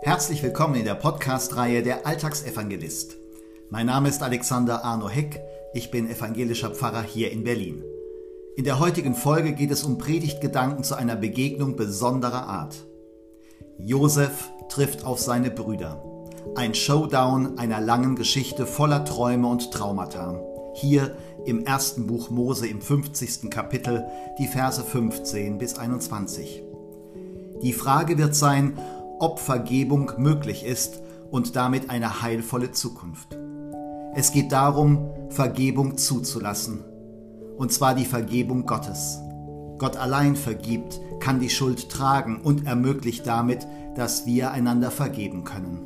Herzlich willkommen in der Podcast-Reihe Der Alltagsevangelist. Mein Name ist Alexander Arno Heck, ich bin evangelischer Pfarrer hier in Berlin. In der heutigen Folge geht es um Predigtgedanken zu einer Begegnung besonderer Art. Josef trifft auf seine Brüder. Ein Showdown einer langen Geschichte voller Träume und Traumata. Hier im ersten Buch Mose im 50. Kapitel, die Verse 15 bis 21. Die Frage wird sein, ob Vergebung möglich ist und damit eine heilvolle Zukunft. Es geht darum, Vergebung zuzulassen. Und zwar die Vergebung Gottes. Gott allein vergibt, kann die Schuld tragen und ermöglicht damit, dass wir einander vergeben können.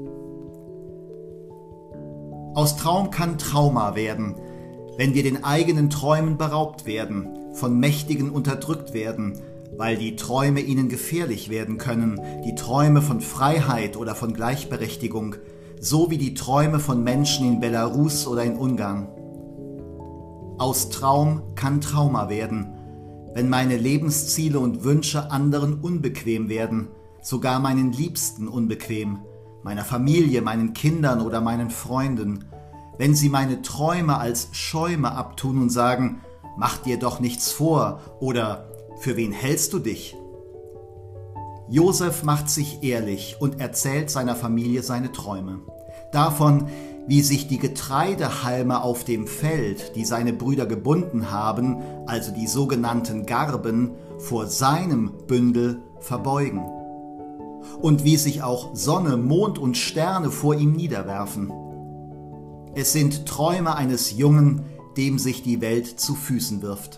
Aus Traum kann Trauma werden, wenn wir den eigenen Träumen beraubt werden, von Mächtigen unterdrückt werden, weil die Träume ihnen gefährlich werden können, die Träume von Freiheit oder von Gleichberechtigung, so wie die Träume von Menschen in Belarus oder in Ungarn. Aus Traum kann Trauma werden, wenn meine Lebensziele und Wünsche anderen unbequem werden, sogar meinen Liebsten unbequem, meiner Familie, meinen Kindern oder meinen Freunden, wenn sie meine Träume als Schäume abtun und sagen, mach dir doch nichts vor oder für wen hältst du dich? Josef macht sich ehrlich und erzählt seiner Familie seine Träume. Davon, wie sich die Getreidehalme auf dem Feld, die seine Brüder gebunden haben, also die sogenannten Garben, vor seinem Bündel verbeugen. Und wie sich auch Sonne, Mond und Sterne vor ihm niederwerfen. Es sind Träume eines Jungen, dem sich die Welt zu Füßen wirft.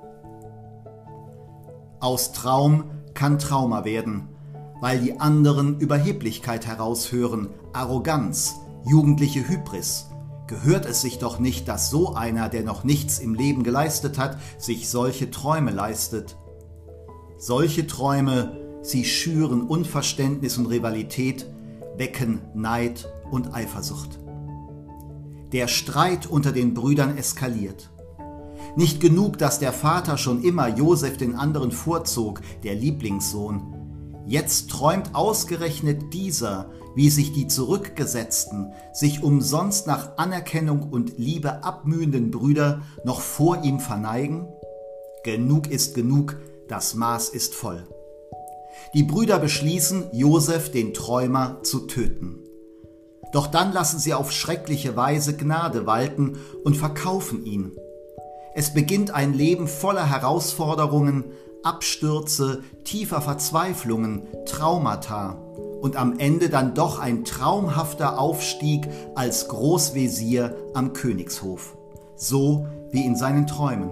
Aus Traum kann Trauma werden, weil die anderen Überheblichkeit heraushören, Arroganz, jugendliche Hybris. Gehört es sich doch nicht, dass so einer, der noch nichts im Leben geleistet hat, sich solche Träume leistet. Solche Träume, sie schüren Unverständnis und Rivalität, wecken Neid und Eifersucht. Der Streit unter den Brüdern eskaliert. Nicht genug, dass der Vater schon immer Josef den anderen vorzog, der Lieblingssohn. Jetzt träumt ausgerechnet dieser, wie sich die zurückgesetzten, sich umsonst nach Anerkennung und Liebe abmühenden Brüder noch vor ihm verneigen? Genug ist genug, das Maß ist voll. Die Brüder beschließen, Josef, den Träumer, zu töten. Doch dann lassen sie auf schreckliche Weise Gnade walten und verkaufen ihn. Es beginnt ein Leben voller Herausforderungen, Abstürze, tiefer Verzweiflungen, Traumata und am Ende dann doch ein traumhafter Aufstieg als Großvezier am Königshof, so wie in seinen Träumen.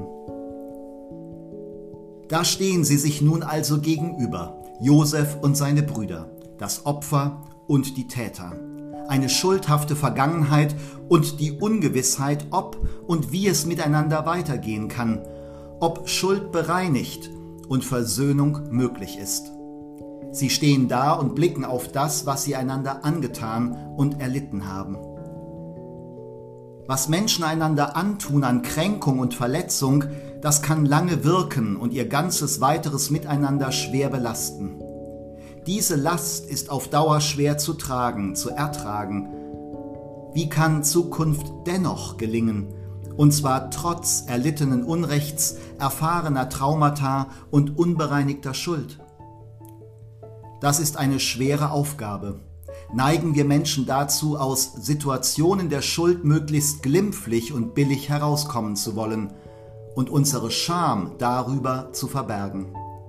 Da stehen sie sich nun also gegenüber, Josef und seine Brüder, das Opfer und die Täter. Eine schuldhafte Vergangenheit und die Ungewissheit, ob und wie es miteinander weitergehen kann, ob Schuld bereinigt und Versöhnung möglich ist. Sie stehen da und blicken auf das, was sie einander angetan und erlitten haben. Was Menschen einander antun an Kränkung und Verletzung, das kann lange wirken und ihr ganzes weiteres Miteinander schwer belasten. Diese Last ist auf Dauer schwer zu tragen, zu ertragen. Wie kann Zukunft dennoch gelingen, und zwar trotz erlittenen Unrechts, erfahrener Traumata und unbereinigter Schuld? Das ist eine schwere Aufgabe. Neigen wir Menschen dazu, aus Situationen der Schuld möglichst glimpflich und billig herauskommen zu wollen und unsere Scham darüber zu verbergen.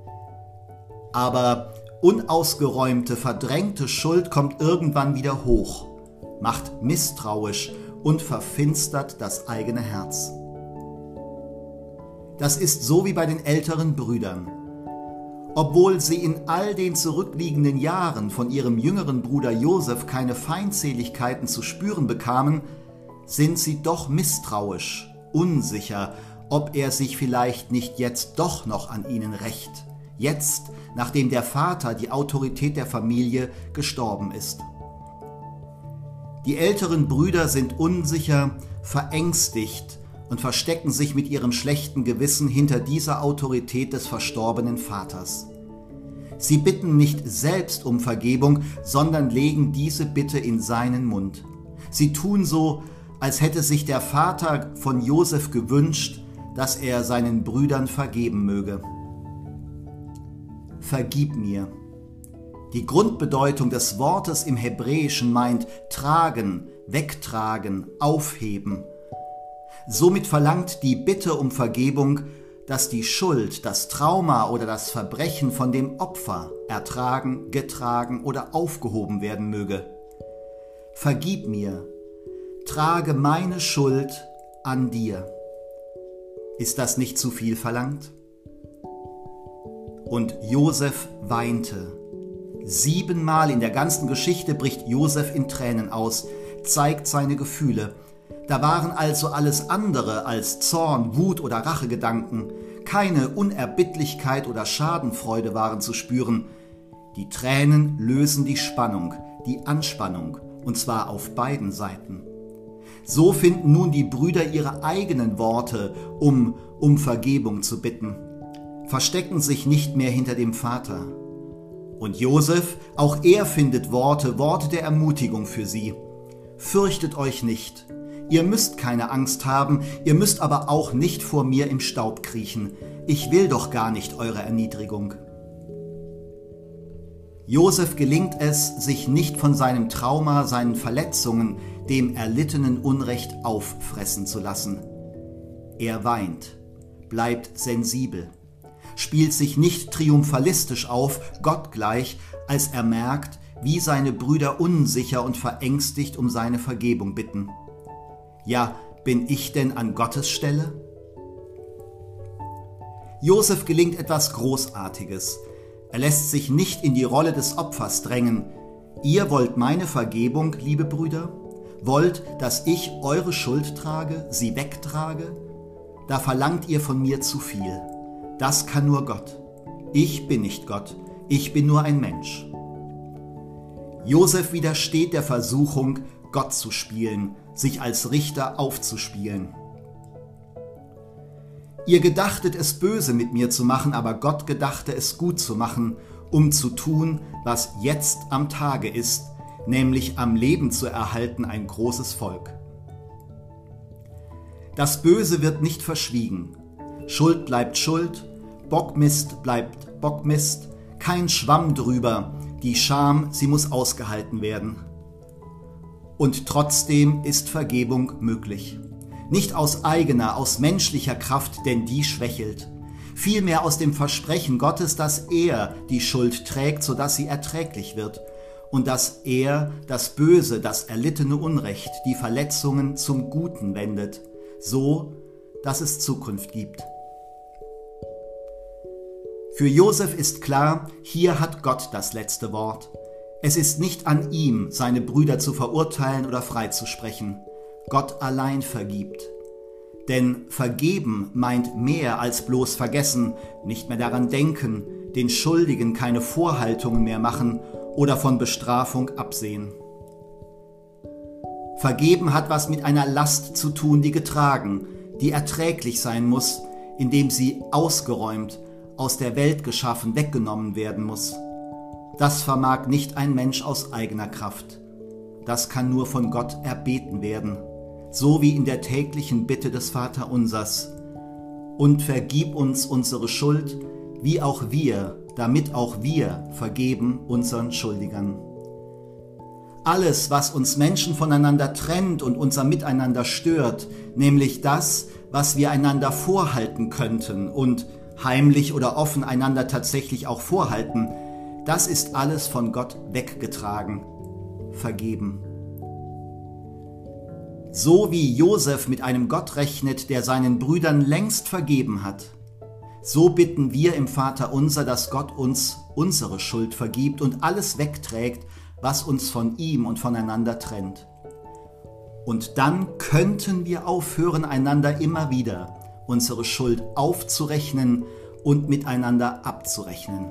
Aber unausgeräumte, verdrängte Schuld kommt irgendwann wieder hoch, macht misstrauisch und verfinstert das eigene Herz. Das ist so wie bei den älteren Brüdern. Obwohl sie in all den zurückliegenden Jahren von ihrem jüngeren Bruder Josef keine Feindseligkeiten zu spüren bekamen, sind sie doch misstrauisch, unsicher, ob er sich vielleicht nicht jetzt doch noch an ihnen rächt. Jetzt, nachdem der Vater, die Autorität der Familie, gestorben ist. Die älteren Brüder sind unsicher, verängstigt und verstecken sich mit ihrem schlechten Gewissen hinter dieser Autorität des verstorbenen Vaters. Sie bitten nicht selbst um Vergebung, sondern legen diese Bitte in seinen Mund. Sie tun so, als hätte sich der Vater von Josef gewünscht, dass er seinen Brüdern vergeben möge. Vergib mir. Die Grundbedeutung des Wortes im Hebräischen meint tragen, wegtragen, aufheben. Somit verlangt die Bitte um Vergebung, dass die Schuld, das Trauma oder das Verbrechen von dem Opfer ertragen, getragen oder aufgehoben werden möge. Vergib mir, trage meine Schuld an dir. Ist das nicht zu viel verlangt? Und Josef weinte. 7-mal in der ganzen Geschichte bricht Josef in Tränen aus, zeigt seine Gefühle. Da waren also alles andere als Zorn, Wut oder Rachegedanken. Keine Unerbittlichkeit oder Schadenfreude waren zu spüren. Die Tränen lösen die Spannung, die Anspannung, und zwar auf beiden Seiten. So finden nun die Brüder ihre eigenen Worte, um Vergebung zu bitten, verstecken sich nicht mehr hinter dem Vater. Und Josef, auch er findet Worte der Ermutigung für sie. Fürchtet euch nicht. Ihr müsst keine Angst haben, ihr müsst aber auch nicht vor mir im Staub kriechen. Ich will doch gar nicht eure Erniedrigung. Josef gelingt es, sich nicht von seinem Trauma, seinen Verletzungen, dem erlittenen Unrecht auffressen zu lassen. Er weint, bleibt sensibel, spielt sich nicht triumphalistisch auf, gottgleich, als er merkt, wie seine Brüder unsicher und verängstigt um seine Vergebung bitten. Ja, bin ich denn an Gottes Stelle? Josef gelingt etwas Großartiges. Er lässt sich nicht in die Rolle des Opfers drängen. Ihr wollt meine Vergebung, liebe Brüder? Wollt, dass ich eure Schuld trage, sie wegtrage? Da verlangt ihr von mir zu viel. Das kann nur Gott. Ich bin nicht Gott, ich bin nur ein Mensch. Josef widersteht der Versuchung, Gott zu spielen, sich als Richter aufzuspielen. Ihr gedachtet es böse mit mir zu machen, aber Gott gedachte es gut zu machen, um zu tun, was jetzt am Tage ist, nämlich am Leben zu erhalten ein großes Volk. Das Böse wird nicht verschwiegen. Schuld bleibt Schuld, Bockmist bleibt Bockmist, kein Schwamm drüber, die Scham, sie muss ausgehalten werden. Und trotzdem ist Vergebung möglich. Nicht aus eigener, aus menschlicher Kraft, denn die schwächelt. Vielmehr aus dem Versprechen Gottes, dass er die Schuld trägt, sodass sie erträglich wird. Und dass er das Böse, das erlittene Unrecht, die Verletzungen zum Guten wendet, so, dass es Zukunft gibt. Für Josef ist klar, hier hat Gott das letzte Wort. Es ist nicht an ihm, seine Brüder zu verurteilen oder freizusprechen. Gott allein vergibt. Denn vergeben meint mehr als bloß vergessen, nicht mehr daran denken, den Schuldigen keine Vorhaltungen mehr machen oder von Bestrafung absehen. Vergeben hat was mit einer Last zu tun, die getragen, die erträglich sein muss, indem sie ausgeräumt, aus der Welt geschaffen, weggenommen werden muss. Das vermag nicht ein Mensch aus eigener Kraft. Das kann nur von Gott erbeten werden, so wie in der täglichen Bitte des Vaterunsers. Und vergib uns unsere Schuld, wie auch wir, damit auch wir vergeben unseren Schuldigern. Alles, was uns Menschen voneinander trennt und unser Miteinander stört, nämlich das, was wir einander vorhalten könnten und heimlich oder offen einander tatsächlich auch vorhalten, das ist alles von Gott weggetragen, vergeben. So wie Josef mit einem Gott rechnet, der seinen Brüdern längst vergeben hat, so bitten wir im Vaterunser, dass Gott uns unsere Schuld vergibt und alles wegträgt, was uns von ihm und voneinander trennt. Und dann könnten wir aufhören, einander immer wieder unsere Schuld aufzurechnen und miteinander abzurechnen.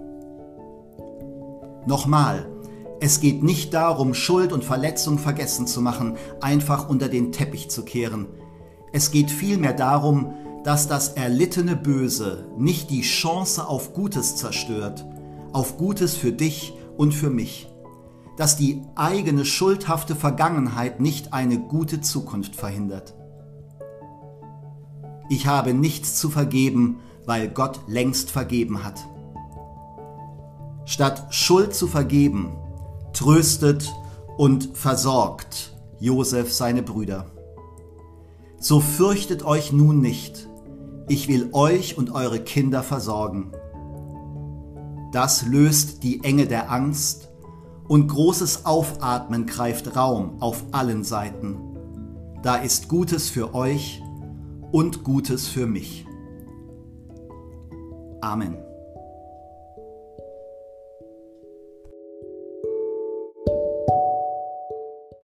Nochmal, es geht nicht darum, Schuld und Verletzung vergessen zu machen, einfach unter den Teppich zu kehren. Es geht vielmehr darum, dass das erlittene Böse nicht die Chance auf Gutes zerstört, auf Gutes für dich und für mich, dass die eigene schuldhafte Vergangenheit nicht eine gute Zukunft verhindert. Ich habe nichts zu vergeben, weil Gott längst vergeben hat. Statt Schuld zu vergeben, tröstet und versorgt Josef seine Brüder. So fürchtet euch nun nicht, ich will euch und eure Kinder versorgen. Das löst die Enge der Angst und großes Aufatmen greift Raum auf allen Seiten. Da ist Gutes für euch und Gutes für mich. Amen.